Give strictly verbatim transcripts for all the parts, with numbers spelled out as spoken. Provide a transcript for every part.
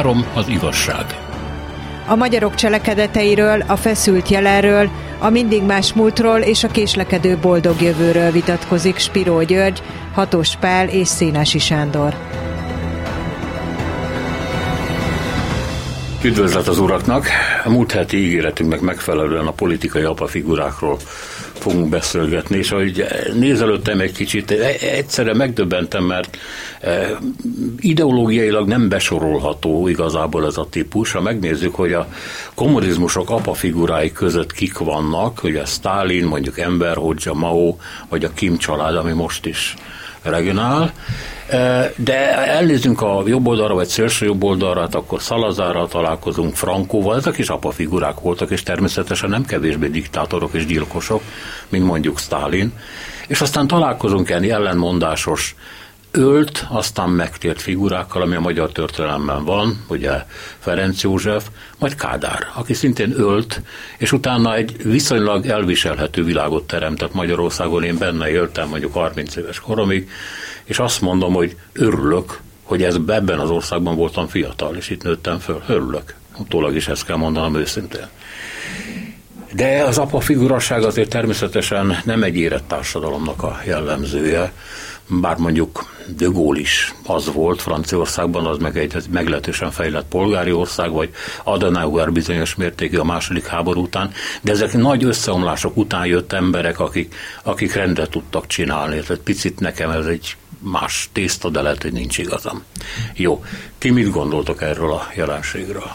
Három az igazság. A magyarok cselekedeteiről, a feszült jelenről, a mindig más múltról és a késlekedő boldog jövőről vitatkozik Spiró György, Hatos Pál és Szénási Sándor. Üdvözlet az uraknak! A múlt heti ígéretünknek megfelelően a politikai apafigurákról fogunk beszélgetni, és ahogy nézelődtem egy kicsit, egyszerre megdöbbentem, mert ideológiailag nem besorolható igazából ez a típus. Ha megnézzük, hogy a kommunizmusok apafigurái között kik vannak, ugye Sztálin, mondjuk Enver Hodzsa, Mao, vagy a Kim család, ami most is regnál, de elnézzünk a jobb oldalra, vagy szélső jobb oldalra, akkor Salazarral találkozunk, Frankóval, ezek is apafigurák voltak, és természetesen nem kevésbé diktátorok és gyilkosok, mint mondjuk Sztálin. És aztán találkozunk ilyen ellenmondásos, ölt, aztán megtért figurákkal, ami a magyar történelemben van, ugye Ferenc József, majd Kádár, aki szintén ölt, és utána egy viszonylag elviselhető világot teremtett Magyarországon. Én benne éltem mondjuk harminc éves koromig, és azt mondom, hogy örülök, hogy ez, ebben az országban voltam fiatal, és itt nőttem föl. Örülök. Utólag is ezt kell mondanom őszintén. De az apa figurasság azért természetesen nem egy érett társadalomnak a jellemzője, bár mondjuk de Gaulle is az volt Franciaországban, az meg egy meglehetősen fejlett polgári ország, vagy Adenauer bizonyos mértékű a második háború után, de ezek nagy összeomlások után jött emberek, akik, akik rendet tudtak csinálni. Tehát picit nekem ez egy más tészta, de lehet, hogy nincs igazam. Jó, ti mit gondoltok erről a jelenségről?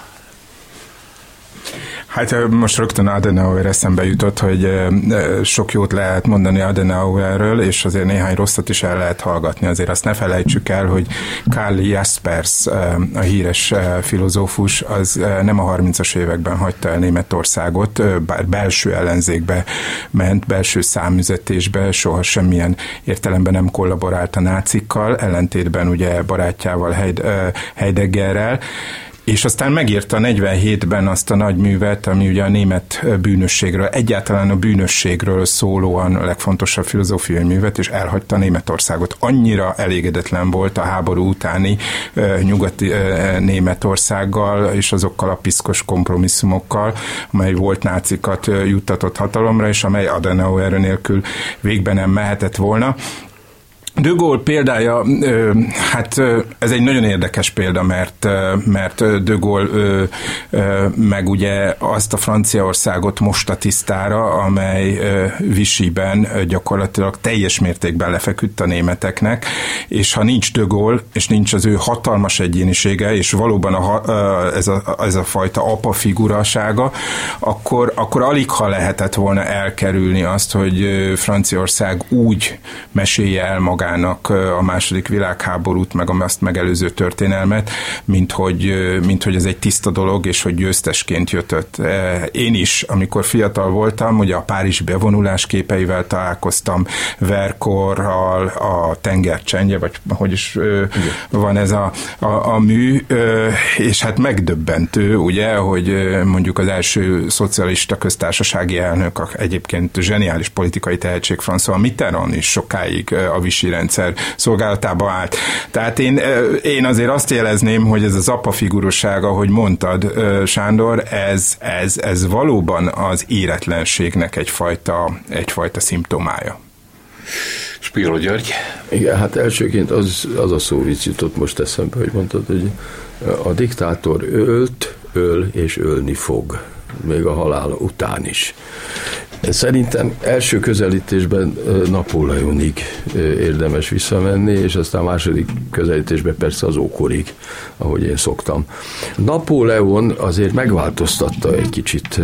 Hát most rögtön Adenauer eszembe jutott, hogy sok jót lehet mondani Adenauerről, és azért néhány rosszat is el lehet hallgatni. Azért azt ne felejtsük el, hogy Karl Jaspers, a híres filozófus, az nem a harmincas években hagyta el Németországot, bár belső ellenzékbe ment, belső számüzetésbe, soha semmilyen értelemben nem kollaborált a nácikkal, ellentétben ugye barátjával, Heideggerrel, és aztán megírta negyvenhétben azt a nagy művet, ami ugye a német bűnösségről, egyáltalán a bűnösségről szólóan a legfontosabb filozófiai művet, és elhagyta Németországot. Annyira elégedetlen volt a háború utáni uh, nyugati uh, Németországgal, és azokkal a piszkos kompromisszumokkal, amely volt nácikat uh, juttatott hatalomra, és amely Adenauer nélkül végben nem mehetett volna. De Gaulle példája, hát ez egy nagyon érdekes példa, mert, mert De Gaulle meg ugye azt a Franciaországot mosta tisztára, amely Vichyben gyakorlatilag teljes mértékben lefeküdt a németeknek, és ha nincs De Gaulle, és nincs az ő hatalmas egyénisége, és valóban a, ez, a, ez a fajta apa figurasága, akkor, akkor alig ha lehetett volna elkerülni azt, hogy Franciaország úgy mesélje el magát a második világháborút, meg azt megelőző történelmet, mint hogy, mint hogy ez egy tiszta dolog, és hogy győztesként jöttött. Én is, amikor fiatal voltam, ugye a párizsi bevonulás képeivel találkoztam, Verkorral, a tengercsendje, vagy hogy is Igen. van ez a, a, a mű, és hát megdöbbentő, ugye, hogy mondjuk az első szocialista köztársasági elnök, egyébként zseniális politikai tehetség François Mitterrand is sokáig a Vichy rendszer szolgálatába állt. Tehát én, én azért azt jelezném, hogy ez az apa figurosság, ahogy mondtad, Sándor, ez, ez, ez valóban az éretlenségnek egyfajta, egyfajta szimptomája. Spiró György. Igen, hát elsőként az, az a szó vicc jutott most eszembe, hogy mondtad, hogy a diktátor ölt, öl és ölni fog, még a halála után is. Szerintem első közelítésben Napóleonig érdemes visszamenni, és aztán második közelítésben persze az ókorig, ahogy én szoktam. Napóleon azért megváltoztatta egy kicsit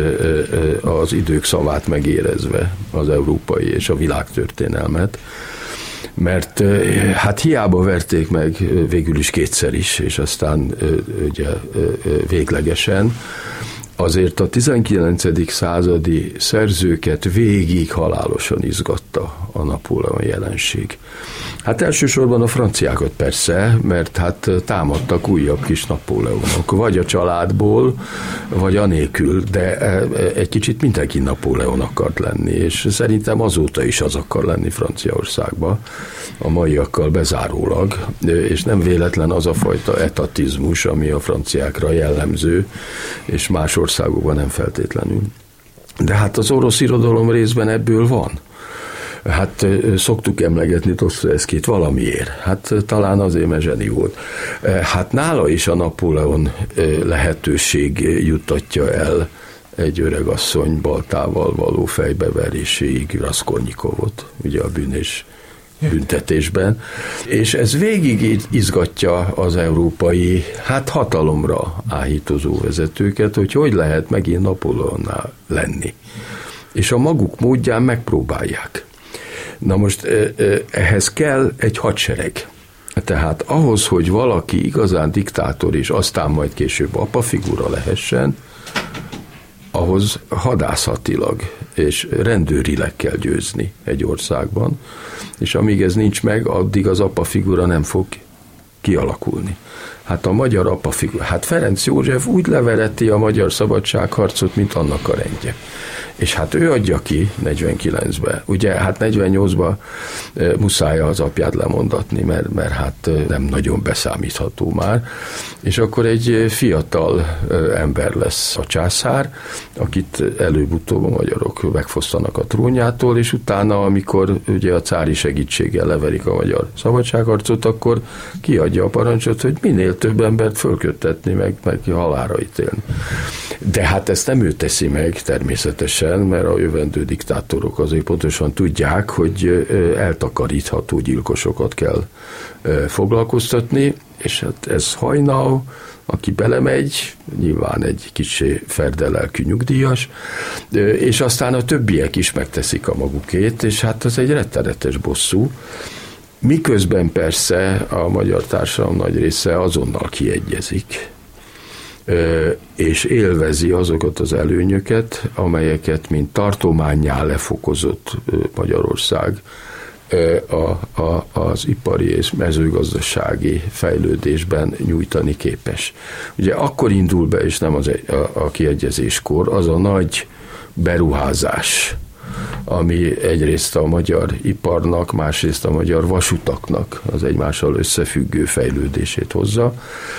az idők szavát megérezve az európai és a világtörténelmet, mert hát hiába verték meg végül is kétszer is, és aztán ugye véglegesen. azért a tizenkilencedik századi szerzőket végig halálosan izgatta a Napóleon jelenség. Hát elsősorban a franciákat persze, mert hát támadtak újabb kis Napóleonok, vagy a családból, vagy anélkül, de egy kicsit mindenki Napóleon akart lenni, és szerintem azóta is az akar lenni Franciaországba, a maiakkal bezárólag, és nem véletlen az a fajta etatizmus, ami a franciákra jellemző, és más országokban nem feltétlenül. De hát az orosz irodalom részben ebből van. Hát szoktuk emlegetni Dostoyevskijt valamiért. Hát talán azért, mert zseni volt. Hát nála is a Napóleon lehetőség juttatja el egy öregasszony baltával való fejbeveréséig Raskolnikovot, ugye a bűnés büntetésben, és ez végig izgatja az európai, hát hatalomra áhítozó vezetőket, hogy hogy lehet megint Napóleonnál lenni. És a maguk módján megpróbálják. Na most ehhez kell egy hadsereg. Tehát ahhoz, hogy valaki igazán diktátor és aztán majd később apafigura lehessen, ahhoz hadászatilag és rendőrileg kell győzni egy országban, és amíg ez nincs meg, addig az apafigura nem fog kialakulni. Hát a magyar apafigura, hát Ferenc József úgy levereti a magyar szabadságharcot, mint annak a rendje. És hát ő adja ki negyvenkilencben. Ugye, hát negyvennyolcban e, muszáj az apját lemondatni, mert, mert hát nem nagyon beszámítható már. És akkor egy fiatal e, ember lesz a császár, akit előbb-utóbb a magyarok megfosztanak a trónjától, és utána, amikor ugye a cári segítséggel leverik a magyar szabadságharcot, akkor kiadja a parancsot, hogy minél több embert fölköttetni, meg, meg halálra ítélni. De hát ezt nem ő teszi meg természetesen, mert a jövendő diktátorok azért pontosan tudják, hogy eltakarítható gyilkosokat kell foglalkoztatni, és hát ez Hajnau, aki belemegy, nyilván egy kicsi ferdelelkű nyugdíjas, és aztán a többiek is megteszik a magukét, és hát ez egy rettenetes bosszú. Miközben persze a magyar társadalom nagy része azonnal kiegyezik, és élvezi azokat az előnyöket, amelyeket, mint tartománnyá lefokozott Magyarország a, a, az ipari és mezőgazdasági fejlődésben nyújtani képes. Ugye akkor indul be, és nem az a, a kiegyezéskor, az a nagy beruházás, ami egyrészt a magyar iparnak, másrészt a magyar vasutaknak az egymással összefüggő fejlődését hozza.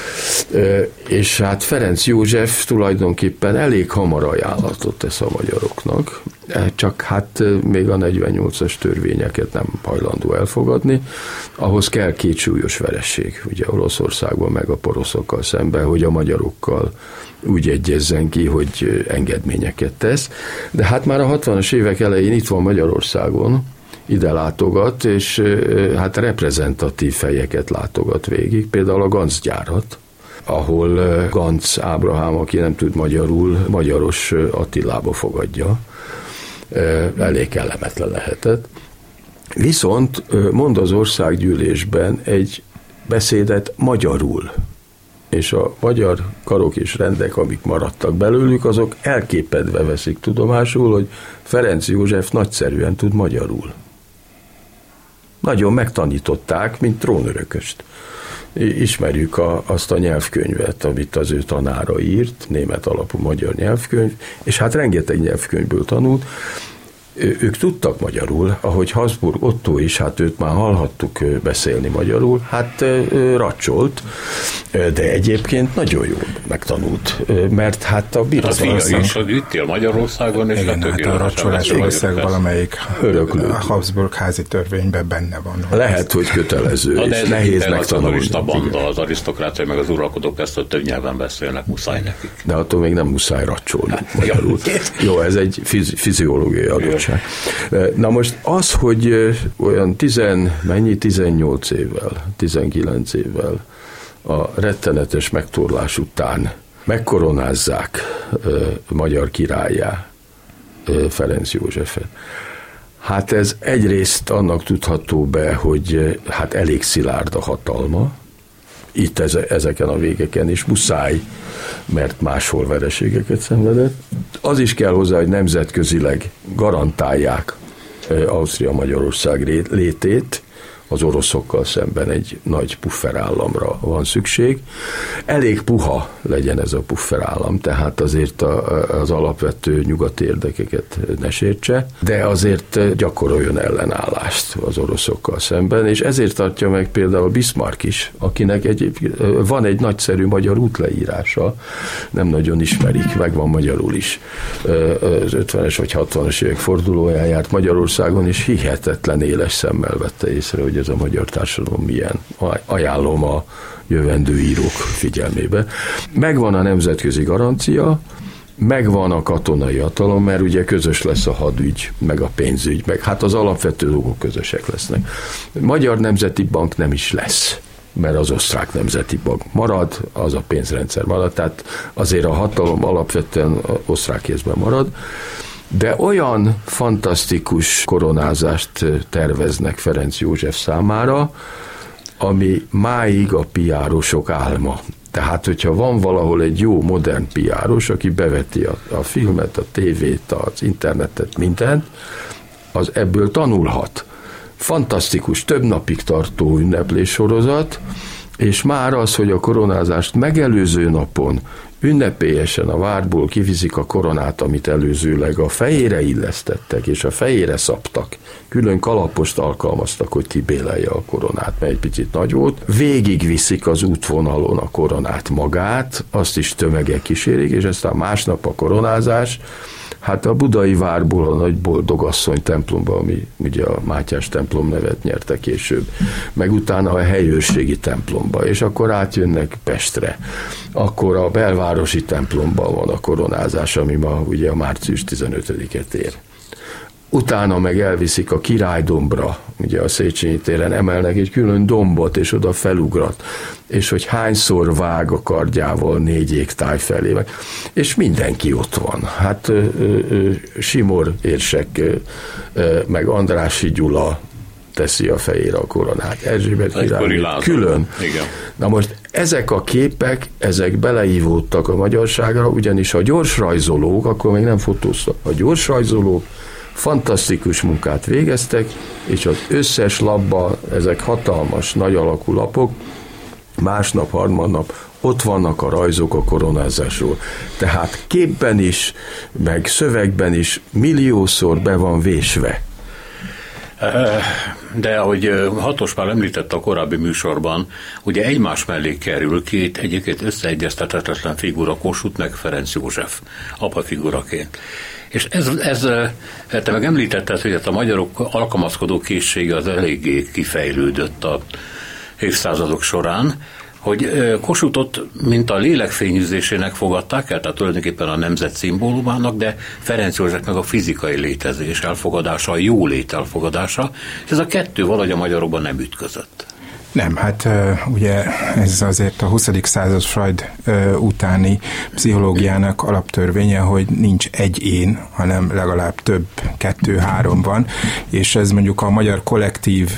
És hát Ferenc József tulajdonképpen elég hamar ajánlatot tesz a magyaroknak, csak hát még a negyvennyolcas törvényeket nem hajlandó elfogadni, ahhoz kell két súlyos veresség, ugye Olaszországban meg a poroszokkal szemben, hogy a magyarokkal úgy egyezzen ki, hogy engedményeket tesz. De hát már a hatvanas évek elején itt van Magyarországon, ide látogat, és hát reprezentatív fejeket látogat végig, például a Ganz gyárat, ahol Ganz Ábrahám, aki nem tud magyarul, magyaros Attilába fogadja. Elég kellemetlen lehetett. Viszont mond az országgyűlésben egy beszédet magyarul, és a magyar karok és rendek, amik maradtak belőlük, azok elképedve veszik tudomásul, hogy Ferenc József nagyszerűen tud magyarul. Nagyon megtanították, mint trónörököst. Ismerjük a, azt a nyelvkönyvet, amit az ő tanára írt, német alapú magyar nyelvkönyv, és hát rengeteg nyelvkönyvből tanult. Ők tudtak magyarul, ahogy Habsburg Otto is, hát őt már hallhattuk beszélni magyarul, hát racsolt, de egyébként nagyon jól megtanult, mert hát a birodalom... Az fia is, hogy itt él Magyarországon, és igen, hát a racsolás valószínűleg valamelyik a Habsburg házi törvényben benne van. Lehet, hogy kötelező, na, és nehéz megtanulni. A banda, az arisztokrácia, meg az uralkodók ezt a több nyelven beszélnek, muszáj nekik. De attól még nem muszáj racsolni hát, magyarul. Jó, ez egy fizi- fiziológiai adottság. Na most az, hogy olyan tizen, mennyi, tizennyolc évvel, tizenkilenc évvel a rettenetes megtorlás után megkoronázzák magyar királlyá Ferenc Józsefet. Hát ez egyrészt annak tudható be, hogy hát elég szilárd a hatalma, itt ezeken a végeken is muszáj, mert máshol vereségeket szenvedett. Az is kell hozzá, hogy nemzetközileg garantálják Ausztria-Magyarország létét, az oroszokkal szemben egy nagy pufferállamra van szükség. Elég puha legyen ez a pufferállam, tehát azért az alapvető nyugati érdekeket ne sértse, de azért gyakoroljon ellenállást az oroszokkal szemben, és ezért tartja meg például Bismarck is, akinek egy, van egy nagyszerű magyar útleírása, nem nagyon ismerik, meg van magyarul is. Az ötvenes vagy hatvanas évek fordulóján járt Magyarországon, és hihetetlen éles szemmel vette észre, hogy ez a magyar társadalom milyen. Ajánlom a jövendő írók figyelmébe. Megvan a nemzetközi garancia, megvan a katonai hatalom, mert ugye közös lesz a hadügy, meg a pénzügy, meg hát az alapvető dolgok közösek lesznek. Magyar Nemzeti Bank nem is lesz, mert az osztrák nemzeti bank marad, az a pénzrendszer marad, tehát azért a hatalom alapvetően osztrák kézben marad, de olyan fantasztikus koronázást terveznek Ferenc József számára, ami máig a piárosok álma. Tehát, hogyha van valahol egy jó, modern piáros, aki beveti a, a filmet, a tévét, az internetet, mindent, az ebből tanulhat. Fantasztikus, több napig tartó ünnepléssorozat, és már az, hogy a koronázást megelőző napon ünnepélyesen a várból kiviszik a koronát, amit előzőleg a fejére illesztettek, és a fejére szabtak. Külön kalapost alkalmaztak, hogy kibélelje a koronát, mert egy picit nagy volt. Végig viszik az útvonalon a koronát magát, azt is tömegek kísérik, és aztán másnap a koronázás, hát a budai várból a nagy boldogasszony templomba, ami ugye a Mátyás templom nevet nyerte később, meg utána a helyőrségi templomba, és akkor átjönnek Pestre. Akkor a belvárosi templomban van a koronázás, ami ma ugye a március tizenötödiket ér. Utána meg elviszik a Királydombra, ugye a Széchenyi téren emelnek egy külön dombot, és oda felugrat, és hogy hányszor vág a kardjával négy égtáj felé, és mindenki ott van. Hát ö, ö, Simor érsek, ö, ö, meg Andrássy Gyula teszi a fejére a koronát. Erzsébet király külön. Igen. Na most ezek a képek, ezek beleívódtak a magyarságra, ugyanis a gyorsrajzolók, akkor még nem fotóztak, a gyorsrajzolók fantasztikus munkát végeztek, és az összes lapban, ezek hatalmas, nagy alakú lapok, másnap, harmadnap ott vannak a rajzok a koronázásról. Tehát képben is, meg szövegben is milliószor be van vésve. De ahogy Hatos Pál említette a korábbi műsorban, ugye egymás mellé kerül két egyébként összeegyeztethetetlen figura, Kossuth meg Ferenc József, apa figuraként. És ez, ez te meg említetted, hogy a magyarok alkalmazkodó készsége az eléggé kifejlődött a évszázadok során, hogy Kossuthot, mint a lélekfényűzésének fogadták el, tehát tulajdonképpen a nemzet szimbólumának, de Ferenc József meg a fizikai létezés elfogadása, a jólét elfogadása, és ez a kettő valahogy a magyarokban nem ütközött. Nem, hát ugye ez azért a huszadik század Freud utáni pszichológiának alaptörvénye, hogy nincs egy én, hanem legalább több, kettő-három van, és ez mondjuk a magyar kollektív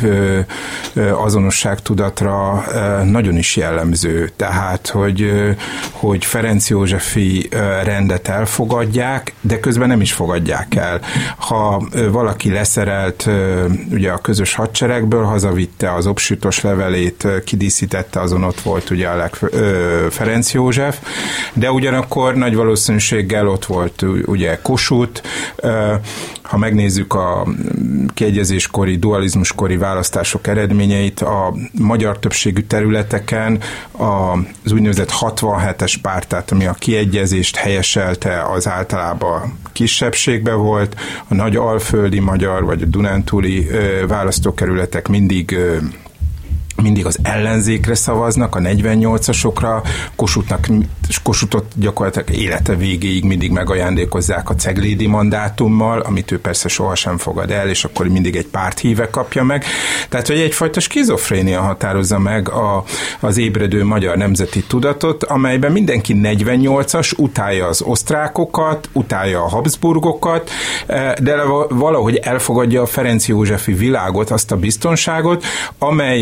azonosságtudatra nagyon is jellemző. Tehát, hogy, hogy Ferenc Józsefi rendet elfogadják, de közben nem is fogadják el. Ha valaki leszerelt ugye a közös hadseregből, hazavitte az obsütos levelet, kidíszítette, azon ott volt ugye a leg, ö, Ferenc József, de ugyanakkor nagy valószínűséggel ott volt ugye Kossuth. Ö, ha megnézzük a kiegyezéskori, dualizmuskori választások eredményeit, a magyar többségű területeken az úgynevezett hatvanhetes párt, tehát ami a kiegyezést helyeselte, az általában kisebbségben volt, a nagy alföldi magyar vagy a dunántúli ö, választókerületek mindig ö, mindig az ellenzékre szavaznak, a negyvennyolcasokra, Kossuthnak, Kossuthot gyakorlatilag élete végéig mindig megajándékozzák a ceglédi mandátummal, amit ő persze sohasem fogad el, és akkor mindig egy párthíve kapja meg. Tehát, hogy egyfajta skizofrénia határozza meg a, az ébredő magyar nemzeti tudatot, amelyben mindenki negyvennyolcas, utálja az osztrákokat, utálja a Habsburgokat, de valahogy elfogadja a Ferenc Józsefi világot, azt a biztonságot, amelyben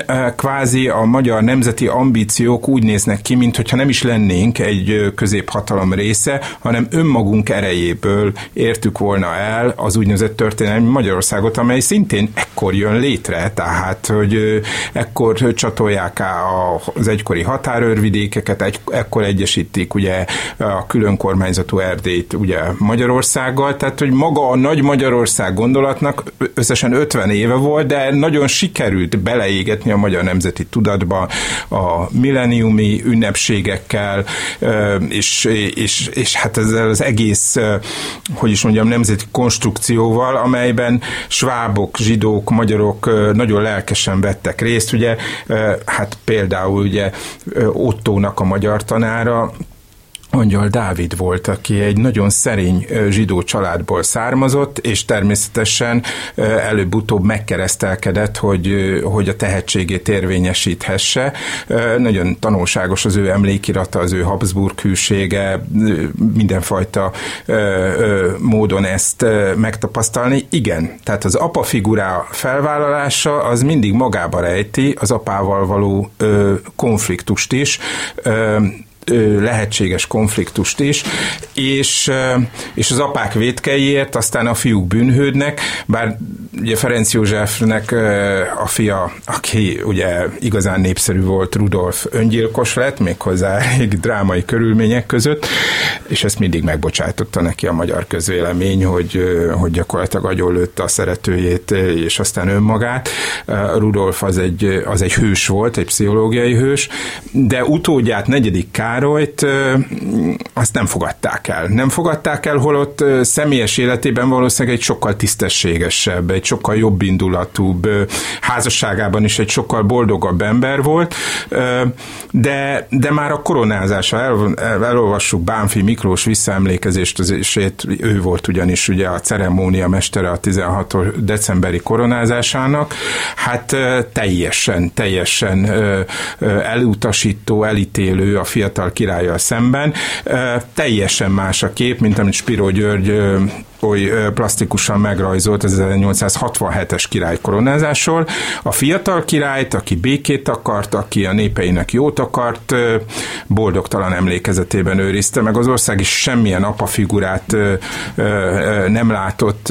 kvázi a magyar nemzeti ambíciók úgy néznek ki, mintha nem is lennénk egy középhatalom része, hanem önmagunk erejéből értük volna el az úgynevezett történelmi Magyarországot, amely szintén ekkor jön létre, tehát, hogy ekkor csatolják az egykori határőrvidékeket, egy, ekkor egyesítik ugye a külön kormányzatú Erdélyt ugye Magyarországgal, tehát, hogy maga a nagy Magyarország gondolatnak összesen ötven éve volt, de nagyon sikerült beleégetni a magyar nemzeti tudatba a milleniumi ünnepségekkel, és, és, és hát ezzel az egész, hogy is mondjam, nemzeti konstrukcióval, amelyben svábok, zsidók, magyarok nagyon lelkesen vettek részt, ugye, hát például ugye Ottónak a magyar tanára Angyal Dávid volt, aki egy nagyon szerény zsidó családból származott, és természetesen előbb-utóbb megkeresztelkedett, hogy, hogy a tehetségét érvényesíthesse. Nagyon tanulságos az ő emlékirata, az ő Habsburg hűsége, mindenfajta módon ezt megtapasztalni. Igen, tehát az apa figurá felvállalása az mindig magába rejti az apával való konfliktust is, lehetséges konfliktust is, és, és az apák vétkeiért aztán a fiúk bűnhődnek, bár ugye Ferenc Józsefnek a fia, aki ugye igazán népszerű volt, Rudolf öngyilkos lett, méghozzá elég drámai körülmények között, és ezt mindig megbocsájtotta neki a magyar közvélemény, hogy, hogy gyakorlatilag agyonlőtte a szeretőjét, és aztán önmagát. Rudolf az egy, az egy hős volt, egy pszichológiai hős, de utódját, negyedik Károlyt azt nem fogadták el. Nem fogadták el, holott személyes életében valószínűleg egy sokkal tisztességesebb, egy sokkal jobb indulatúbb, házasságában is egy sokkal boldogabb ember volt, de, de már a koronázása, el, el, elolvassuk Bánffy Miklós visszaemlékezést, ő volt ugyanis ugye a ceremónia mestere a tizenhat decemberi koronázásának, hát teljesen, teljesen elutasító, elítélő a fiatal királlyal szemben. Teljesen más a kép, mint amit Spiró György oly plastikusan megrajzolt az ezernyolcszázhatvanhetes király koronázásról. A fiatal királyt, aki békét akart, aki a népeinek jót akart, boldogtalan emlékezetében őrizte, meg az ország is semmilyen apafigurát nem látott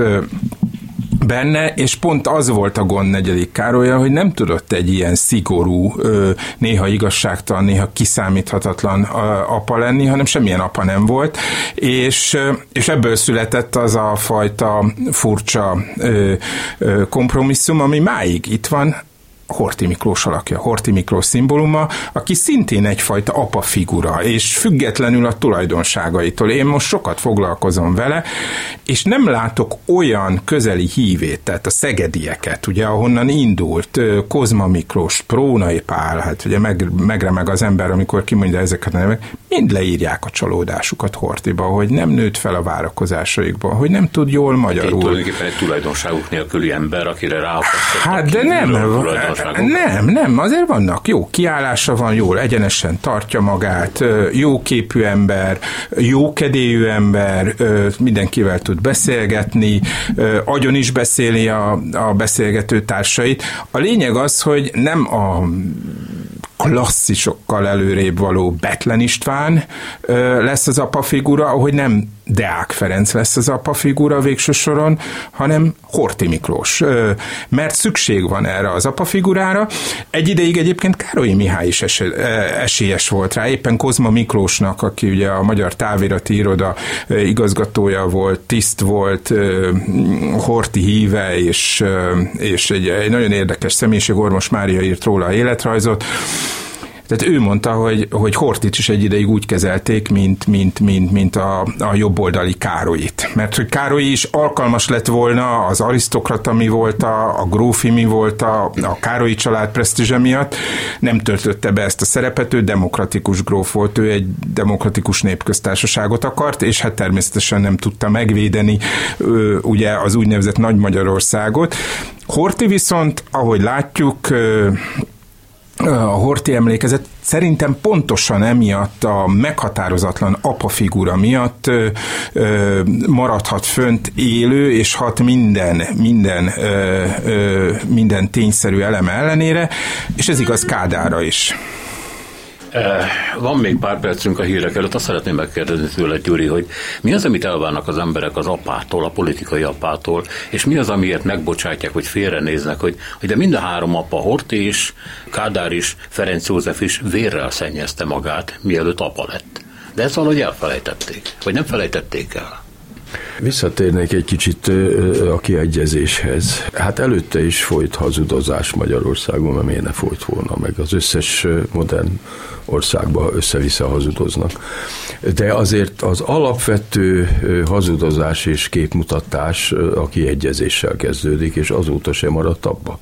benne, és pont az volt a gond negyedik Károllyal, hogy nem tudott egy ilyen szigorú, néha igazságtalan, néha kiszámíthatatlan apa lenni, hanem semmilyen apa nem volt, és, és ebből született az a fajta furcsa kompromisszum, ami máig itt van, Horthy Miklós alakja, Horthy Miklós szimbóluma, aki szintén egyfajta apa figura, és függetlenül a tulajdonságaitól. Én most sokat foglalkozom vele, és nem látok olyan közeli hívét, tehát a szegedieket, ugye, ahonnan indult Kozma Miklós, Prónai Pál, hát ugye meg, megremeg az ember, amikor kimondja ezeket a nevek, mind leírják a csalódásukat Horthyba, hogy nem nőtt fel a várakozásaikba, hogy nem tud jól magyarul. Én tulajdonképpen egy tulajdonságuk nélküli ember, akire ráakasztottak. Hát de nem, Nem, nem, azért vannak jó kiállása van, jól egyenesen tartja magát, jó képű ember, jó kedélyű ember, mindenkivel tud beszélgetni, agyon is beszéli a, a beszélgető társait. A lényeg az, hogy nem a klasszisokkal előrébb való Bethlen István lesz az apa figura, ahogy nem Deák Ferenc lesz az apa figura végső soron, hanem Horthy Miklós. Mert szükség van erre az apa figurára. Egy ideig egyébként Károlyi Mihály is esélyes volt rá. Éppen Kozma Miklósnak, aki ugye a Magyar Távirati Iroda igazgatója volt, tiszt volt, Horthy híve, és, és egy, egy nagyon érdekes személyiség, Ormos Mária írt róla életrajzot. Tehát ő mondta, hogy, hogy Horthyt is egy ideig úgy kezelték, mint, mint, mint, mint a, a jobboldali Károlyit. Mert hogy Károly is alkalmas lett volna az arisztokrata mi volt, a, a grófi mi volt, a, a Károlyi család presztízse miatt. Nem töltötte be ezt a szerepet, ő demokratikus gróf volt, ő egy demokratikus népköztársaságot akart, és hát természetesen nem tudta megvédeni ő, ugye az úgynevezett Nagy Magyarországot. Horthy viszont, ahogy látjuk, a Horthy emlékezet szerintem pontosan emiatt a meghatározatlan apafigura miatt ö, ö, maradhat fönt élő, és hat minden, minden, ö, ö, minden tényszerű eleme ellenére, és ez igaz Kádárra is. Van még pár percünk a hírek előtt, azt szeretném megkérdezni tőle, Gyuri, hogy mi az, amit elvárnak az emberek az apától, a politikai apától, és mi az, amiért megbocsátják, hogy félrenéznek, hogy, hogy de mind a három apa, Horthy is, Kádár is, Ferenc József is vérrel szennyezte magát, mielőtt apa lett. De ezt valahogy elfelejtették, vagy nem felejtették el. Visszatérnék egy kicsit a kiegyezéshez. Hát előtte is folyt hazudozás Magyarországon, mert miért ne folyt volna, meg az összes modern országban össze-vissza hazudoznak. De azért az alapvető hazudozás és képmutatás a kiegyezéssel kezdődik, és azóta sem maradt abba.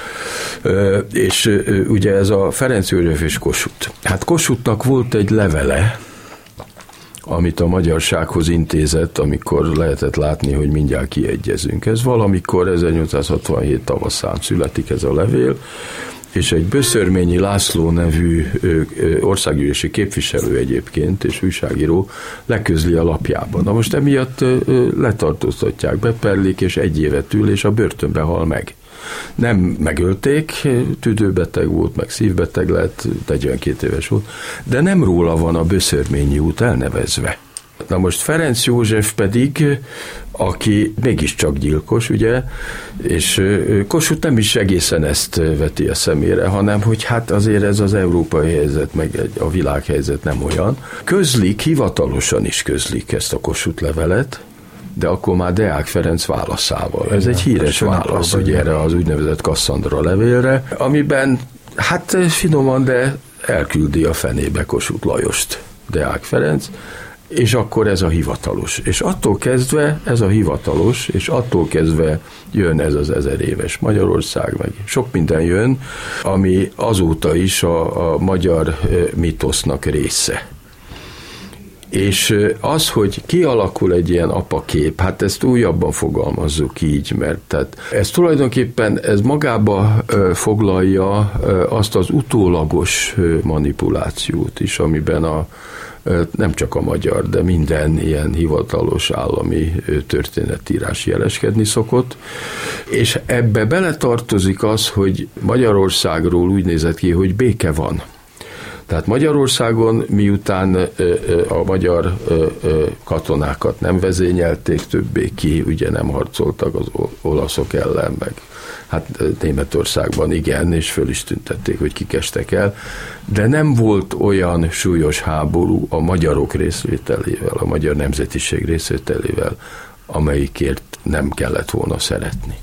És ugye ez a Ferenc József és Kossuth. Hát Kossuthnak volt egy levele, amit a magyarsághoz intézett, amikor lehetett látni, hogy mindjárt kiegyezünk. Ez valamikor ezernyolcszázhatvanhét tavaszán születik ez a levél, és egy Böszörményi László nevű országgyűlési képviselő egyébként, és újságíró leközli a lapjában. Na most emiatt letartóztatják, beperlik, és egy évet ül, és a börtönbe hal meg. Nem megölték, tüdőbeteg volt, meg szívbeteg lett, negyvenkét éves volt, de nem róla van a Böszörményi út elnevezve. Na most Ferenc József pedig, aki mégiscsak gyilkos, ugye, és Kossuth nem is egészen ezt veti a szemére, hanem hogy hát azért ez az európai helyzet, meg a világhelyzet nem olyan. Közlik, hivatalosan is közlik ezt a Kossuth levelet, de akkor már Deák Ferenc válaszával. Ez egy híres válasz, ugye erre az úgynevezett Kasszandra levélre, amiben hát finoman, de elküldi a fenébe Kossuth Lajost Deák Ferenc, és akkor ez a hivatalos. És attól kezdve ez a hivatalos, és attól kezdve jön ez az ezer éves Magyarország, meg sok minden jön, ami azóta is a, a magyar mitosznak része. És az, hogy kialakul egy ilyen apakép, hát ezt újabban fogalmazzuk így, mert tehát ez tulajdonképpen ez magába foglalja azt az utólagos manipulációt is, amiben a nem csak a magyar, de minden ilyen hivatalos állami történetírás jeleskedni szokott, és ebbe beletartozik az, hogy Magyarországról úgy nézett ki, hogy béke van. Tehát Magyarországon, miután a magyar katonákat nem vezényelték többé ki, ugye nem harcoltak az olaszok ellen, meg hát Németországban igen, és föl is tüntették, hogy kik estek el, de nem volt olyan súlyos háború a magyarok részvételével, a magyar nemzetiség részvételével, amelyikért nem kellett volna szeretni.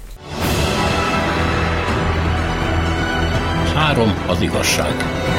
Három az igazság.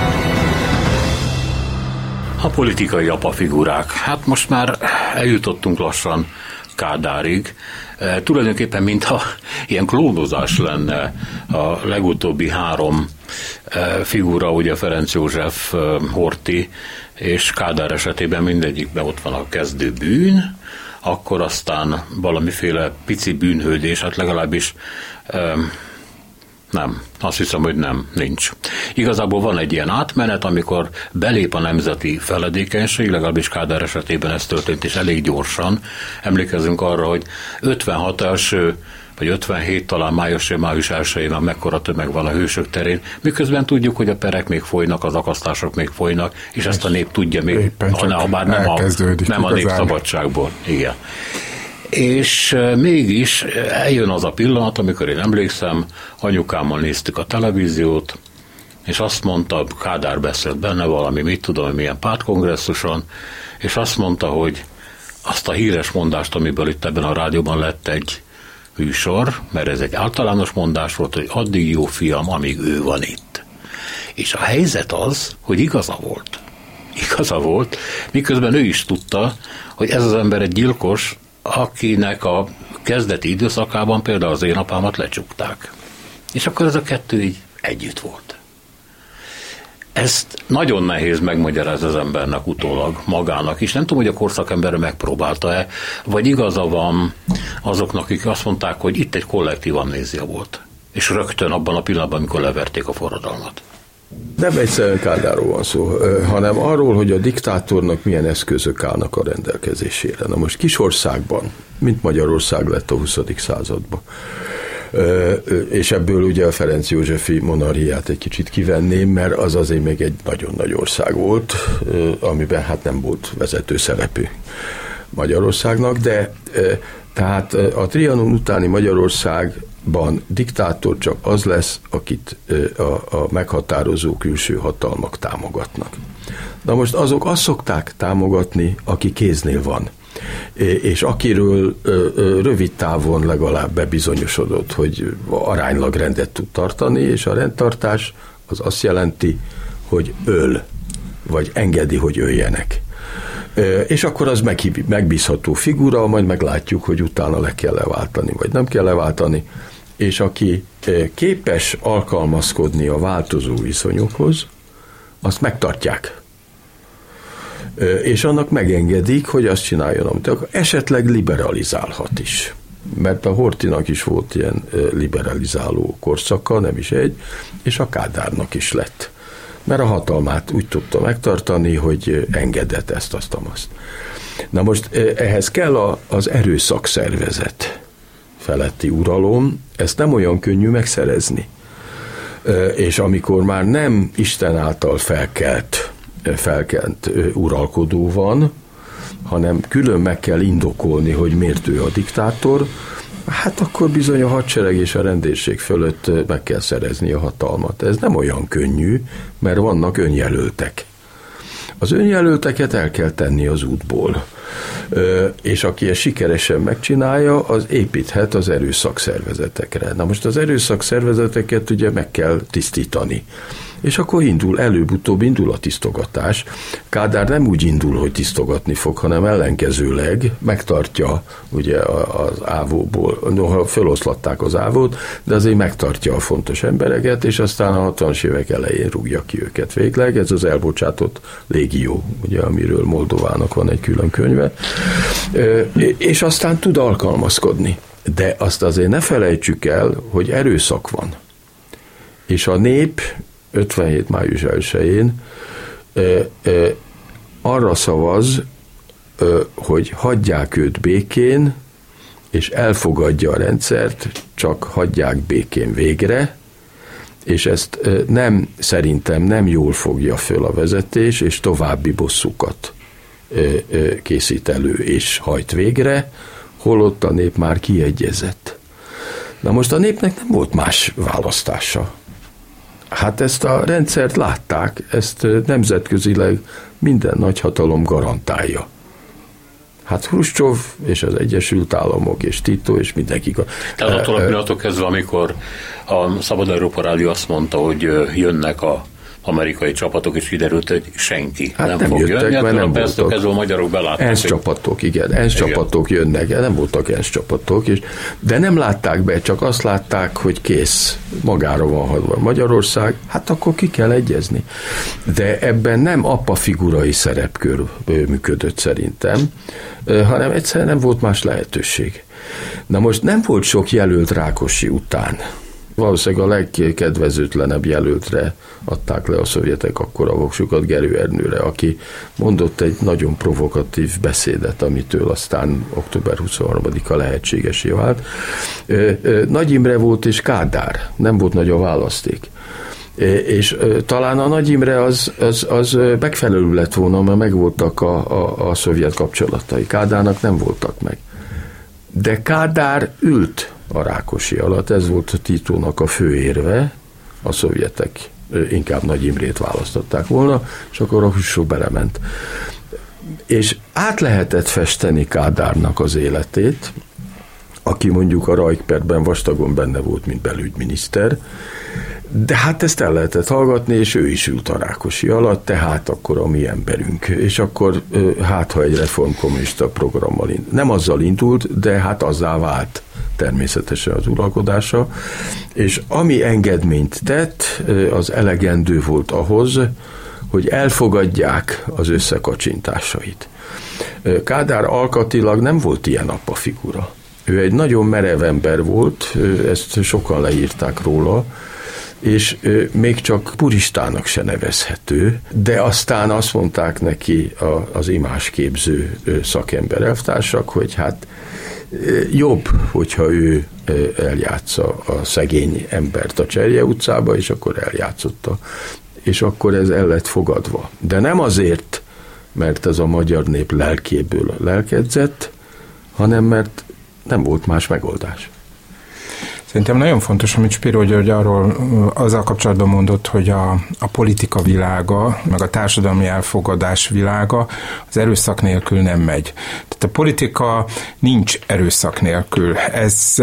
A politikai apafigurák. Hát most már eljutottunk lassan Kádárig. E, tulajdonképpen mintha ilyen klónozás lenne a legutóbbi három e, figura, ugye Ferenc József, e, Horthy és Kádár esetében mindegyikben ott van a kezdő bűn, akkor aztán valamiféle pici bűnhődés, hát legalábbis e, nem, azt hiszem, hogy nem, nincs. Igazából van egy ilyen átmenet, amikor belép a nemzeti feledékenység, legalábbis Kádár esetében ez történt, és elég gyorsan. Emlékezzünk arra, hogy ötvenhat első, vagy ötvenhét talán május, május elsején már mekkora tömeg van a Hősök terén, miközben tudjuk, hogy a perek még folynak, az akasztások még folynak, és ezt a nép tudja még, ha bár nem a, nem a népszabadságból. Igen. És mégis eljön az a pillanat, amikor én emlékszem, anyukámmal néztük a televíziót, és azt mondta, Kádár beszélt benne valami, mit tudom, milyen pártkongresszuson, és azt mondta, hogy azt a híres mondást, amiből itt ebben a rádióban lett egy műsor, mert ez egy általános mondás volt, hogy addig jó fiam, amíg ő van itt. És a helyzet az, hogy igaza volt. Igaza volt, miközben ő is tudta, hogy ez az ember egy gyilkos, akinek a kezdeti időszakában például az én apámat lecsukták. És akkor ez a kettő így együtt volt. Ezt nagyon nehéz megmagyarázni az embernek utólag, magának is. Nem tudom, hogy a korszakemberre megpróbálta-e, vagy igaza van azoknak, akik azt mondták, hogy itt egy kollektív amnézia volt. És rögtön abban a pillanatban, amikor leverték a forradalmat. Nem egyszerűen Kádárról van szó, hanem arról, hogy a diktátornak milyen eszközök állnak a rendelkezésére. Na most kisországban, mint Magyarország lett a huszadik században, és ebből ugye a Ferenc Józsefi monarchiát egy kicsit kivenném, mert az azért még egy nagyon nagy ország volt, amiben hát nem volt vezető szerepű Magyarországnak, de tehát a Trianon utáni Magyarországban diktátor csak az lesz, akit a, a meghatározó külső hatalmak támogatnak. Na most azok azt szokták támogatni, aki kéznél van, és akiről rövid távon legalább bebizonyosodott, hogy aránylag rendet tud tartani, és a rendtartás az azt jelenti, hogy öl, vagy engedi, hogy öljenek. És akkor az megbízható figura, majd meglátjuk, hogy utána le kell leváltani, vagy nem kell leváltani, és aki képes alkalmazkodni a változó viszonyokhoz, azt megtartják. És annak megengedik, hogy azt csináljon, amit akar. Esetleg liberalizálhat is. Mert a Horthynak is volt ilyen liberalizáló korszaka, nem is egy, és a Kádárnak is lett. Mert a hatalmát úgy tudta megtartani, hogy engedett ezt, azt, azt. Na most ehhez kell a, az erőszakszervezet feletti uralom, ezt nem olyan könnyű megszerezni. És amikor már nem Isten által felkelt, felkelt uralkodó van, hanem külön meg kell indokolni, hogy miért ő a diktátor, hát akkor bizony a hadsereg és a rendőrség fölött meg kell szerezni a hatalmat. Ez nem olyan könnyű, mert vannak önjelöltek. Az önjelölteket el kell tenni az útból. És aki ezt sikeresen megcsinálja, az építhet az erőszakszervezetekre. Na most az erőszakszervezeteket ugye meg kell tisztítani. És akkor indul, előbb-utóbb indul a tisztogatás. Kádár nem úgy indul, hogy tisztogatni fog, hanem ellenkezőleg megtartja ugye az ávóból, noha feloszlatták az ávót, de azért megtartja a fontos embereket, és aztán a hatvanas évek elején rúgja ki őket végleg. Ez az elbocsátott légió, ugye, amiről Moldovának van egy külön könyve. És aztán tud alkalmazkodni. De azt azért ne felejtsük el, hogy erőszak van. És a nép ötvenhét május elsején arra szavaz, hogy hagyják őt békén, és elfogadja a rendszert, csak hagyják békén végre, és ezt nem, szerintem nem jól fogja föl a vezetés, és további bosszúkat készít elő, és hajt végre, holott a nép már kiegyezett. Na most a népnek nem volt más választása. Hát ezt a rendszert látták, ezt nemzetközileg minden nagyhatalom garantálja. Hát Hruscsov és az Egyesült Államok és Tito és mindenki. Tehát attól a pillanattól kezdve, amikor a Szabad Európa Rádió azt mondta, hogy jönnek a amerikai csapatok, és kiderült, hogy senki hát nem, nem fog jöttek, jönni. Mert nem voltak. Kezdve a magyarok belátták. ENSZ csapatok, igen, ENSZ csapatok jönnek, nem voltak ENSZ csapatok, és, de nem látták be, csak azt látták, hogy kész, magára van hadva Magyarország, hát akkor ki kell egyezni. De ebben nem apa figurai szerepkör működött szerintem, hanem egyszerűen nem volt más lehetőség. Na most nem volt sok jelölt Rákosi után. Valószínűleg a legkedvezőtlenebb jelöltre adták le a szovjetek akkor a voksukat, Gerő Ernőre, aki mondott egy nagyon provokatív beszédet, amitől aztán október huszonharmadika lehetségesé vált. Nagy Imre volt és Kádár, nem volt nagy a választék. És talán a Nagy Imre az, az, az megfelelő lett volna, mert megvoltak a, a, a szovjet kapcsolatai. Kádárnak nem voltak meg. De Kádár ült a Rákosi alatt, ez volt a Titónak a fő érve, a szovjetek inkább Nagy Imrét választották volna, és akkor a Hruscsov belement. És át lehetett festeni Kádárnak az életét, aki mondjuk a Rajkperben vastagon benne volt, mint belügyminiszter, de hát ezt el lehetett hallgatni, és ő is ült a Rákosi alatt, tehát akkor a mi emberünk. És akkor hát, ha egy reformkommunista programmal indult. Nem azzal indult, de hát azzá vált természetesen az uralkodása, és ami engedményt tett, az elegendő volt ahhoz, hogy elfogadják az összekacsintásait. Kádár alkatilag nem volt ilyen apa figura. Ő egy nagyon merev ember volt, ezt sokan leírták róla, és még csak puristának se nevezhető, de aztán azt mondták neki az imásképző szakember elvtársak, hogy hát jobb, hogyha ő eljátsza a szegény embert a Cserje utcába, és akkor eljátszotta. És akkor ez el lett fogadva. De nem azért, mert ez a magyar nép lelkéből lelkedzett, hanem mert nem volt más megoldás. Szerintem nagyon fontos, amit Spiro György arról azzal kapcsolatban mondott, hogy a, a politika világa, meg a társadalmi elfogadás világa az erőszak nélkül nem megy. Tehát a politika nincs erőszak nélkül. Ez,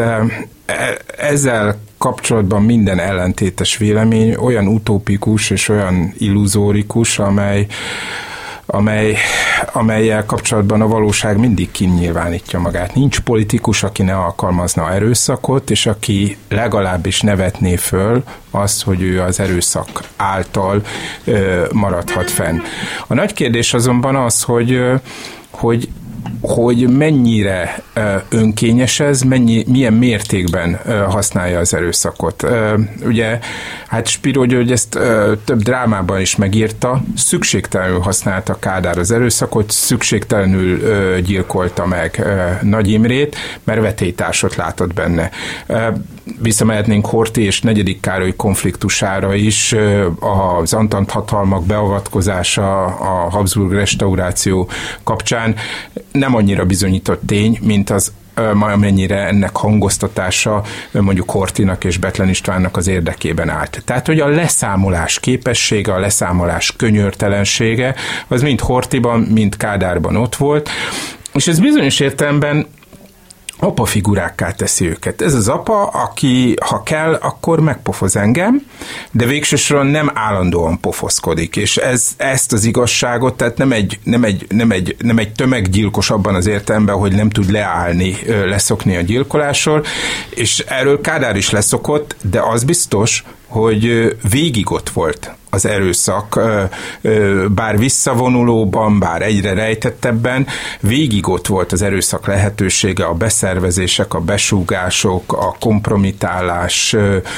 ezzel kapcsolatban minden ellentétes vélemény olyan utópikus és olyan illuzórikus, amely amely, amellyel kapcsolatban a valóság mindig kinyilvánítja magát. Nincs politikus, aki ne alkalmazna erőszakot, és aki legalábbis nevetné föl azt, hogy ő az erőszak által ö, maradhat fenn. A nagy kérdés azonban az, hogy, ö, hogy hogy mennyire önkényes ez, mennyi, milyen mértékben használja az erőszakot. Ugye, hát Spiro György ezt több drámában is megírta, szükségtelenül használta Kádár az erőszakot, szükségtelenül gyilkolta meg Nagy Imrét, mert vetélytársat látott benne. Visszamehetnénk Horthy és negyedik Károly konfliktusára is, az Antant hatalmak beavatkozása a Habsburg restauráció kapcsán nem annyira bizonyított tény, mint az amennyire ennek hangoztatása mondjuk Horthynak és Bethlen Istvánnak az érdekében állt. Tehát, hogy a leszámolás képessége, a leszámolás könyörtelensége, az mind Horthyban, mind Kádárban ott volt, és ez bizonyos értelemben apa figurákká teszi őket. Ez az apa, aki, ha kell, akkor megpofoz engem, de végsősoron nem állandóan pofoszkodik, és ez, ezt az igazságot, tehát nem egy, nem, egy, nem, egy, nem egy tömeggyilkos abban az értelemben, hogy nem tud leállni, leszokni a gyilkolásról, és erről Kádár is leszokott, de az biztos, hogy végig ott volt az erőszak, bár visszavonulóban, bár egyre rejtettebben, végig ott volt az erőszak lehetősége, a beszervezések, a besúgások, a kompromitálás,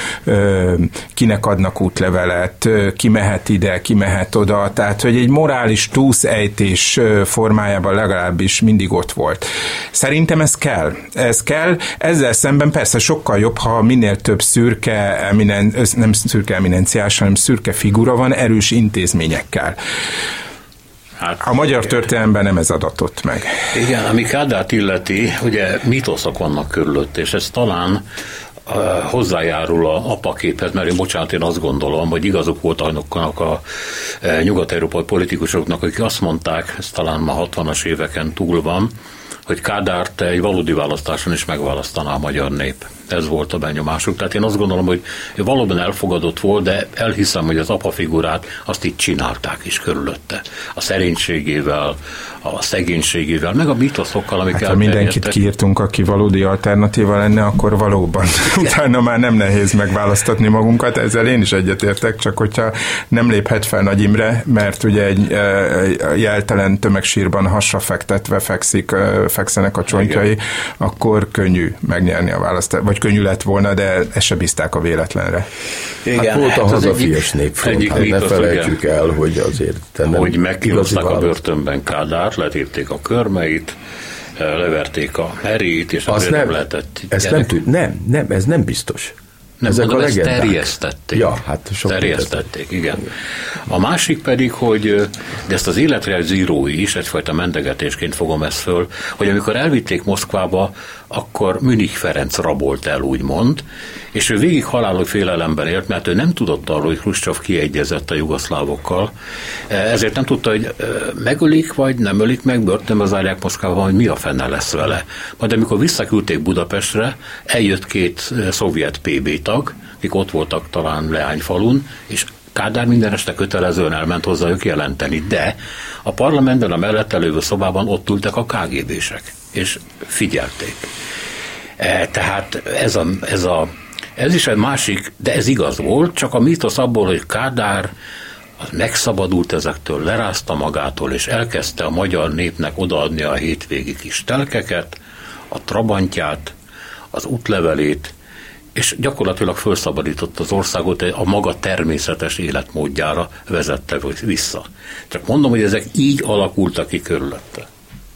kinek adnak útlevelet, ki mehet ide, ki mehet oda, tehát, hogy egy morális túszejtés formájában legalábbis mindig ott volt. Szerintem ez kell. Ez kell. Ezzel szemben persze sokkal jobb, ha minél több szürke, eminen, nem szürke eminenciás, hanem szürke figura van erős intézményekkel. Hát, a magyar történelemben nem ez adatott meg. Igen, ami Kádárt illeti, ugye mítoszok vannak körülött, és ez talán uh, hozzájárul a apaképhez, mert én bocsánat, én azt gondolom, hogy igazuk volt annak a uh, nyugat-európai politikusoknak, akik azt mondták, ez talán ma hatvanas éveken túl van, hogy Kádárt egy valódi választáson is megválasztaná a magyar nép. Ez volt a benyomásuk. Tehát én azt gondolom, hogy valóban elfogadott volt, de elhiszem, hogy az apa figurát azt így csinálták is körülötte. A szerénységével, a szegénységével, meg a mitoszokkal, amik hát, ha mindenkit kiírtunk, aki valódi alternatíva lenne, akkor valóban utána már nem nehéz megválasztatni magunkat. Ezzel én is egyetértek, csak hogyha nem léphet fel Nagy Imre, mert ugye egy jeltelen tömegsírban hasra fektetve fekszik, fekszenek a csontjai, igen, akkor könnyű megnyerni a választást. Vagy könnyű lett volna, de ezt se bízták a véletlenre. Igen, hát volt a hazafias népfront, hát ne felejtsük el, hogy azért... Hogy megkínozták a börtönben Kádárt, letépték a körmeit, leverték a herét, és azért nem lehetett... Ezt nem, tud, nem, nem, ez nem biztos. Nem, ezek mondom, a ezt terjesztették. Ja, hát terjesztették, igen. A másik pedig, hogy, de ezt az életrajzi írói is egyfajta mentegetésként fogom ezt föl, hogy amikor elvitték Moszkvába, akkor Münich Ferenc rabolt el, úgymond, és ő végig halálos félelemben élt, mert ő nem tudott arról, hogy Hruscsov kiegyezett a jugoszlávokkal, ezért nem tudta, hogy megölik, vagy nem ölik meg, börtönbe zárják Moszkvában, hogy mi a fenne lesz vele. Majd amikor visszaküldték Budapestre, eljött két szovjet pé bé tag, akik ott voltak talán Leányfalun, és Kádár minden este kötelezően elment hozzájuk jelenteni, de a parlamentben a mellette lévő szobában ott ültek a ká gé bések, és figyelték. E, tehát ez, a, ez, a, ez is egy másik, de ez igaz volt, csak a mítosz abból, hogy Kádár az megszabadult ezektől, lerázta magától, és elkezdte a magyar népnek odaadni a hétvégi kis telkeket, a trabantját, az útlevelét, és gyakorlatilag felszabadított az országot, a maga természetes életmódjára vezette vissza. Csak mondom, hogy ezek így alakultak ki körülötte.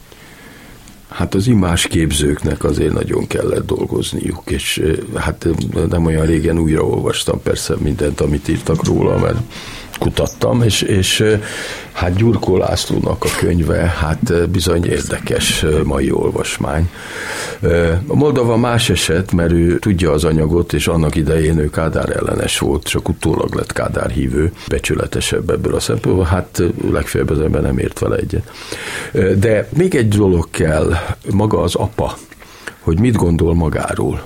Hát az imásképzőknek azért nagyon kellett dolgozniuk, és hát nem olyan régen újraolvastam persze mindent, amit írtak róla, mert kutattam, és, és hát Gyurkó Lászlónak a könyve, hát bizony érdekes mai olvasmány. A Moldova más eset, mert ő tudja az anyagot, és annak idején ő Kádár ellenes volt, csak utólag lett Kádár hívő, becsületesebb ebből a szempontból, hát legfeljebb az ember nem ért vele egyet. De még egy dolog kell, maga az apa, hogy mit gondol magáról.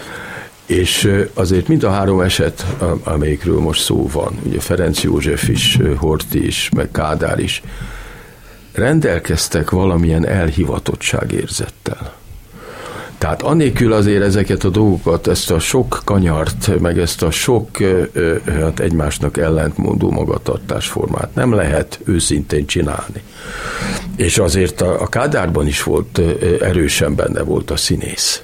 És azért mind a három eset, amelyikről most szó van, ugye Ferenc József is, Horthy is, meg Kádár is, rendelkeztek valamilyen elhivatottságérzettel. Tehát annélkül azért ezeket a dolgokat, ezt a sok kanyart, meg ezt a sok hát egymásnak ellentmondó magatartásformát nem lehet őszintén csinálni. És azért a, a Kádárban is volt, erősen benne volt a színész.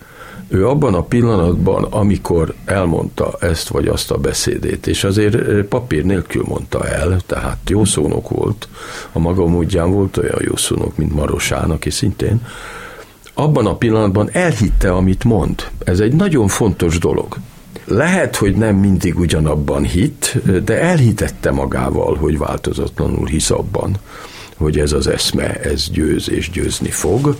Ő abban a pillanatban, amikor elmondta ezt vagy azt a beszédét, és azért papír nélkül mondta el, tehát jó szónok volt, a maga módján volt olyan jó szónok, mint Marosán, aki szintén, abban a pillanatban elhitte, amit mond. Ez egy nagyon fontos dolog. Lehet, hogy nem mindig ugyanabban hitt, de elhitette magával, hogy változatlanul hisz abban, hogy ez az eszme, ez győz és győzni fog,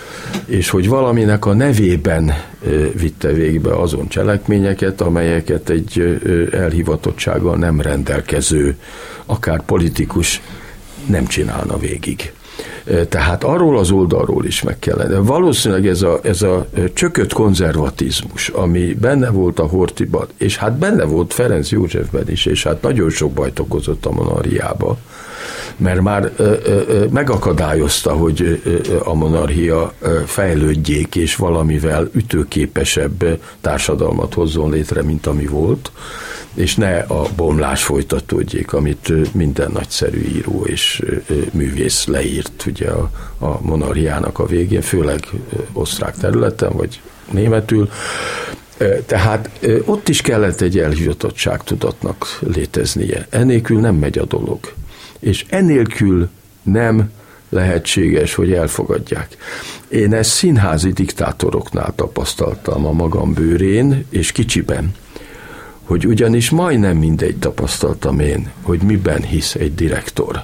és hogy valaminek a nevében vitte végbe azon cselekményeket, amelyeket egy elhivatottsággal nem rendelkező, akár politikus nem csinálna végig. Tehát arról az oldalról is meg kellene. Valószínűleg ez a, ez a csökött konzervatizmus, ami benne volt a Horthyban, és hát benne volt Ferenc Józsefben is, és hát nagyon sok bajt okozott a monarchiába, mert már ö, ö, megakadályozta, hogy a monarchia fejlődjék, és valamivel ütőképesebb társadalmat hozzon létre, mint ami volt, és ne a bomlás folytatódjék, amit minden nagyszerű író és művész leírt ugye a, a monarchiának a végén, főleg osztrák területen, vagy németül. Tehát ott is kellett egy elhivatottságtudatnak léteznie. Ennélkül nem megy a dolog. És ennélkül nem lehetséges, hogy elfogadják. Én ezt színházi diktátoroknál tapasztaltam a magam bőrén, és kicsiben, hogy ugyanis majdnem mindegy tapasztaltam én, hogy miben hisz egy direktor.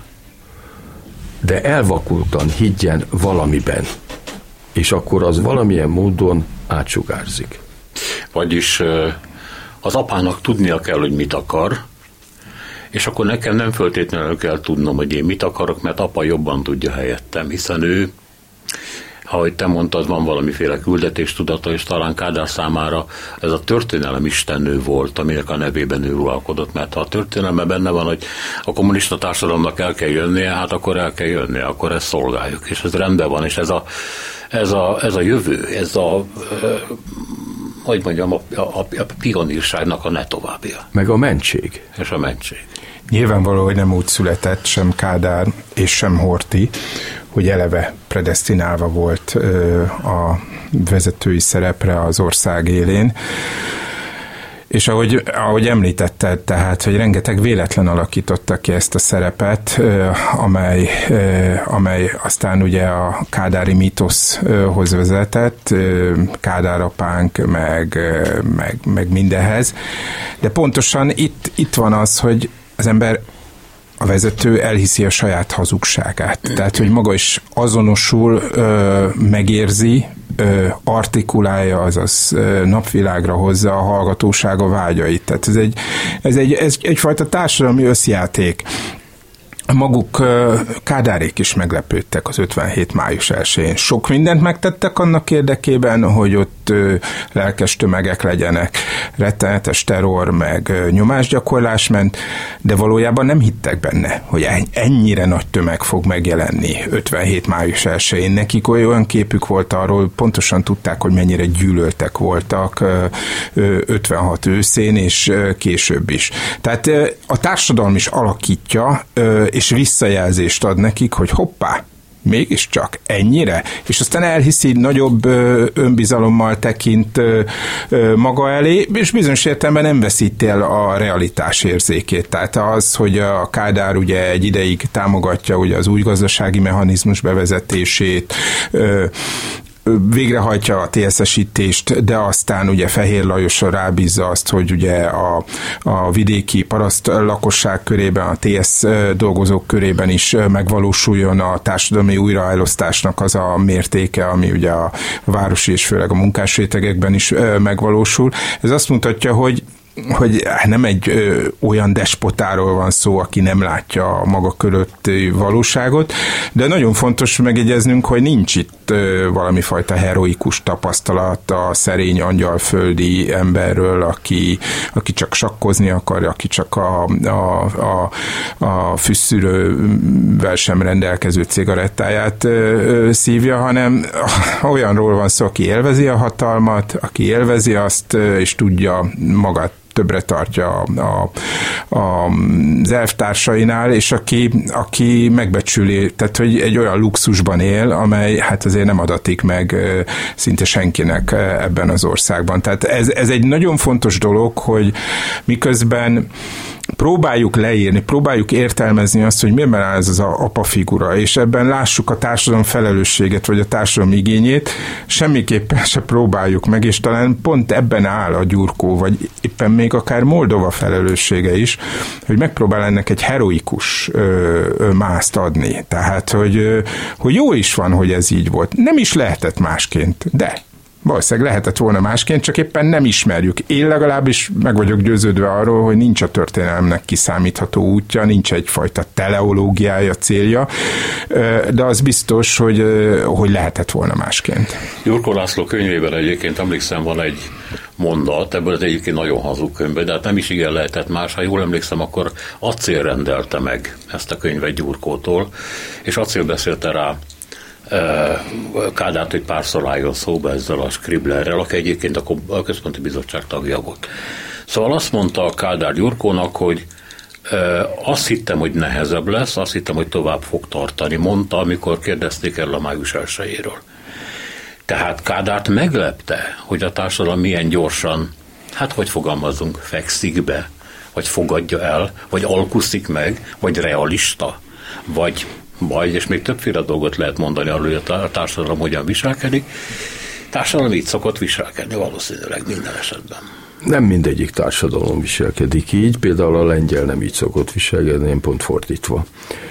De elvakultan higgyen valamiben, és akkor az valamilyen módon átsugárzik. Vagyis az apának tudnia kell, hogy mit akar, és akkor nekem nem föltétlenül kell tudnom, hogy én mit akarok, mert apa jobban tudja helyettem, hiszen ő, ahogy te mondtad, van valamiféle küldetéstudata, és talán Kádár számára ez a történelem istennő volt, aminek a nevében ő uralkodott, mert ha a történelemben benne van, hogy a kommunista társadalomnak el kell jönnie, hát akkor el kell jönnie, akkor ezt szolgáljuk, és ez rendben van, és ez a, ez a, ez a jövő, ez a, hogy mondjam, a, a, a pionírságnak a ne továbbja. Meg a mentség. És a mentség. Nyilvánvaló, hogy nem úgy született sem Kádár és sem Horthy, hogy eleve predesztinálva volt a vezetői szerepre az ország élén. És ahogy, ahogy említetted, tehát, hogy rengeteg véletlen alakította ki ezt a szerepet, amely, amely aztán ugye a kádári mítoszhoz vezetett, Kádár apánk, meg, meg, meg mindenhez. De pontosan itt, itt van az, hogy az ember, a vezető elhiszi a saját hazugságát. Tehát, hogy maga is azonosul, megérzi, artikulálja, azaz napvilágra hozza a hallgatósága vágyait. Tehát ez egy, ez egy, ez egyfajta társadalmi összjáték. Maguk Kádárék is meglepődtek az ötvenhét május elsején. Sok mindent megtettek annak érdekében, hogy ott lelkes tömegek legyenek, rettenetes terror, meg nyomásgyakorlás ment, de valójában nem hittek benne, hogy ennyire nagy tömeg fog megjelenni ötvenhét május elsején. Nekik olyan képük volt arról, pontosan tudták, hogy mennyire gyűlöltek voltak ötvenhat őszén, és később is. Tehát a társadalom is alakítja, és visszajelzést ad nekik, hogy hoppá, mégiscsak ennyire? És aztán elhiszi, nagyobb önbizalommal tekint maga elé, és bizonyos értelemben nem veszíti el a realitás érzékét. Tehát az, hogy a Kádár ugye egy ideig támogatja ugye az új gazdasági mechanizmus bevezetését, végrehajtja a té es es-ítést, de aztán ugye Fehér Lajosra rábízza azt, hogy ugye a, a vidéki paraszt lakosság körében, a té es dolgozók körében is megvalósuljon a társadalmi újraelosztásnak az a mértéke, ami ugye a városi és főleg a munkásrétegekben is megvalósul. Ez azt mutatja, hogy hogy nem egy ö, olyan despotáról van szó, aki nem látja a maga körötti valóságot, de nagyon fontos megjegyeznünk, hogy nincs itt ö, valami fajta heroikus tapasztalat a szerény angyalföldi emberről, aki, aki csak sakkozni akar, aki csak a, a, a, a fűszűrővel sem rendelkező cigarettáját ö, ö, szívja, hanem olyanról van szó, aki élvezi a hatalmat, aki élvezi azt, ö, és tudja magát többre tartja a, a, a, az elvtársainál, és aki, aki megbecsüli, tehát hogy egy olyan luxusban él, amely hát azért nem adatik meg szinte senkinek ebben az országban. Tehát ez, ez egy nagyon fontos dolog, hogy miközben próbáljuk leírni, próbáljuk értelmezni azt, hogy miben áll ez az apa figura, és ebben lássuk a társadalom felelősséget, vagy a társadalom igényét, semmiképpen se próbáljuk meg, és talán pont ebben áll a Gyurkó, vagy éppen még akár Moldova felelőssége is, hogy megpróbál ennek egy heroikus ö, ö, mászt adni. Tehát, hogy, ö, hogy jó is van, hogy ez így volt. Nem is lehetett másként, de valószínűleg lehetett volna másként, csak éppen nem ismerjük. Én legalábbis meg vagyok győződve arról, hogy nincs a történelemnek kiszámítható útja, nincs egyfajta teleológiája, célja, de az biztos, hogy, hogy lehetett volna másként. Gyurkó László könyvében egyébként emlékszem, van egy mondat, ebből az egyébként nagyon hazug könyvben, de hát nem is igen lehetett más. Ha jól emlékszem, akkor Acél rendelte meg ezt a könyvet Gyurkótól, és Acél beszélte rá Kádárt, hogy párszor álljon szóba ezzel a Scribblerrel, aki egyébként a Központi Bizottság tagja volt. Szóval azt mondta a Kádár Gyurkónak, hogy e, azt hittem, hogy nehezebb lesz, azt hittem, hogy tovább fog tartani, mondta, amikor kérdezték el a május elsejéről. Tehát Kádárt meglepte, hogy a társadalom milyen gyorsan, hát hogy fogalmazunk, fekszik be, vagy fogadja el, vagy alkuszik meg, vagy realista, vagy vagy, és még többféle dolgot lehet mondani arról, hogy a társadalom hogyan viselkedik. Társadalom így szokott viselkedni valószínűleg minden esetben. Nem mindegyik társadalom viselkedik így, például a lengyel nem így szokott viselkedni, én pont fordítva.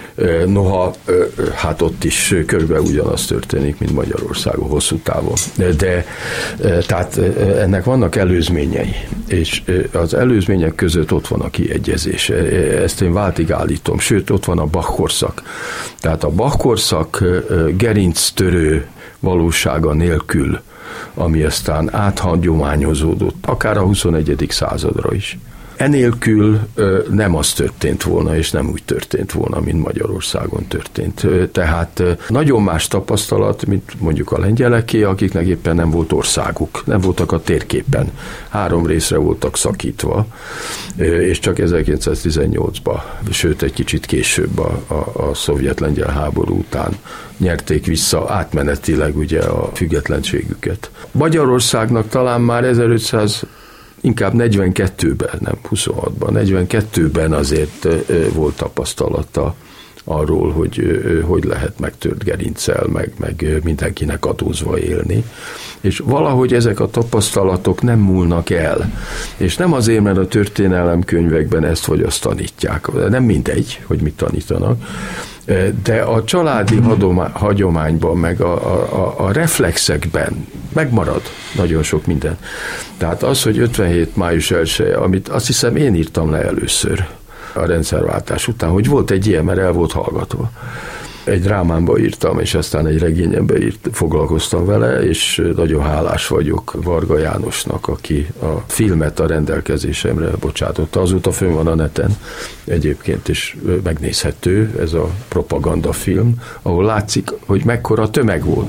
Noha, hát ott is körülbelül ugyanaz történik, mint Magyarországon hosszú távon. De tehát ennek vannak előzményei, és az előzmények között ott van a kiegyezés. Ezt én váltig állítom, sőt, ott van a Bach-korszak. Tehát a Bach-korszak gerinctörő valósága nélkül, ami aztán áthagyományozódott, akár a huszonegyedik századra is. Enélkül nem az történt volna, és nem úgy történt volna, mint Magyarországon történt. Tehát nagyon más tapasztalat, mint mondjuk a lengyeleké, akiknek éppen nem volt országuk, nem voltak a térképen. Három részre voltak szakítva, és csak ezerkilencszáztizennyolcban, sőt egy kicsit később a, a, a szovjet-lengyel háború után nyerték vissza átmenetileg ugye a függetlenségüket. Magyarországnak talán már ezerötszáz inkább negyvenkettőben, nem huszonhatban, negyvenkettőben azért volt tapasztalata arról, hogy hogy lehet megtört gerinccel, meg, meg mindenkinek adózva élni. És valahogy ezek a tapasztalatok nem múlnak el. És nem azért, mert a történelemkönyvekben ezt vagy azt tanítják. Nem mindegy, hogy mit tanítanak, de a családi hagyományban, meg a, a, a reflexekben megmarad nagyon sok minden. Tehát az, hogy ötvenhét május elseje, amit azt hiszem én írtam le először a rendszerváltás után, hogy volt egy ilyen, mert el volt hallgatva. Egy drámámba írtam, és aztán egy regényembe írt, foglalkoztam vele, és nagyon hálás vagyok Varga Jánosnak, aki a filmet a rendelkezésemre bocsátotta. Azóta fönn van a neten egyébként, és megnézhető ez a propagandafilm, ahol látszik, hogy mekkora tömeg volt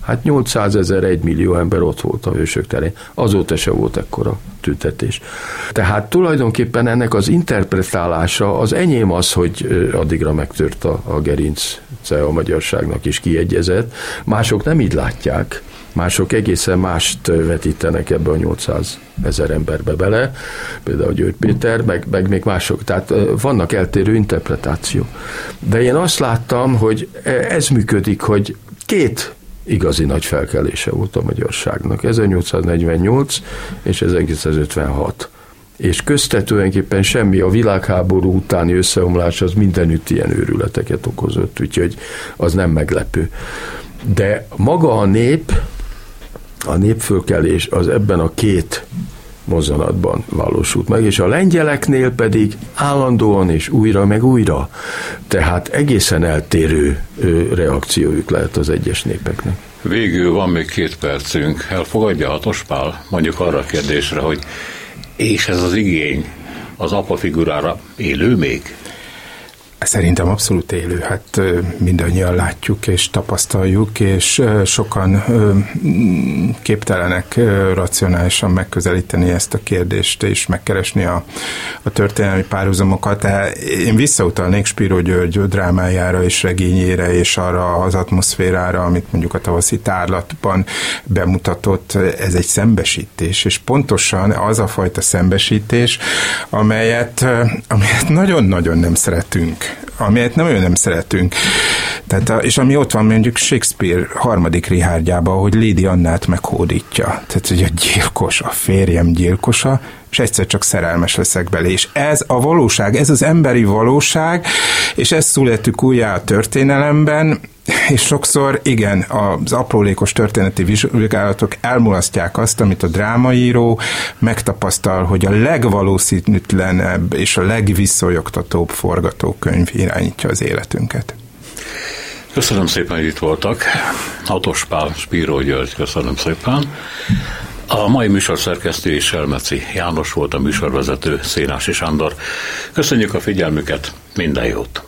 Hát nyolcszázezer, egy millió ember ott volt a Hősök terén. Azóta se volt ekkora tüntetés. Tehát tulajdonképpen ennek az interpretálása, az enyém az, hogy addigra megtört a, a gerince a magyarságnak is kiegyezett. Mások nem így látják. Mások egészen mást vetítenek ebbe a nyolcszázezer emberbe bele, például György Péter, meg, meg még mások. Tehát vannak eltérő interpretációk. De én azt láttam, hogy ez működik, hogy két igazi nagy felkelése volt a magyarságnak. ezernyolcszáznegyvennyolc és ezerkilencszázötvenhat. És közte tulajdonképpen semmi, a világháború utáni összeomlás az mindenütt ilyen őrületeket okozott, úgyhogy az nem meglepő. De maga a nép, a népfölkelés az ebben a két mozzanatban valósult meg, és a lengyeleknél pedig állandóan és újra meg újra. Tehát egészen eltérő reakciójuk lehet az egyes népeknek. Végül van még két percünk. Elfogadja Hatos Pál mondjuk arra a kérdésre, hogy és ez az igény az apa figurára élő még? Szerintem abszolút élő, hát mindannyian látjuk és tapasztaljuk, és sokan képtelenek racionálisan megközelíteni ezt a kérdést, és megkeresni a, a történelmi párhuzamokat. Tehát én visszautalnék Spiro György drámájára és regényére, és arra az atmoszférára, amit mondjuk a tavaszi tárlatban bemutatott. Ez egy szembesítés, és pontosan az a fajta szembesítés, amelyet, amelyet nagyon-nagyon nem szeretünk. amelyet nem, nem szeretünk. Tehát a, és ami ott van mondjuk Shakespeare harmadik Richardjában, hogy Lady Annát meghódítja. Tehát, hogy a gyilkos, a férjem gyilkosa, és egyszer csak szerelmes leszek bele. És ez a valóság, ez az emberi valóság, és ezt születük újjá a történelemben, és sokszor igen, az aprólékos történeti vizsgálatok elmulasztják azt, amit a drámaíró megtapasztal, hogy a legvalószínűtlenebb és a legvisszonyogtatóbb forgatókönyv irányítja az életünket. Köszönöm szépen, hogy itt voltak. Hatos Pál, Spiro György, köszönöm szépen. A mai műsor szerkesztő és Selmeci János volt, a műsorvezető Szénási Sándor. Köszönjük a figyelmüket, minden jót!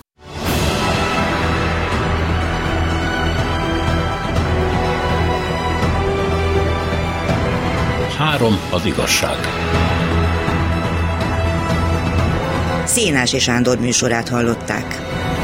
Három az igazság. Szénási Sándor műsorát hallották.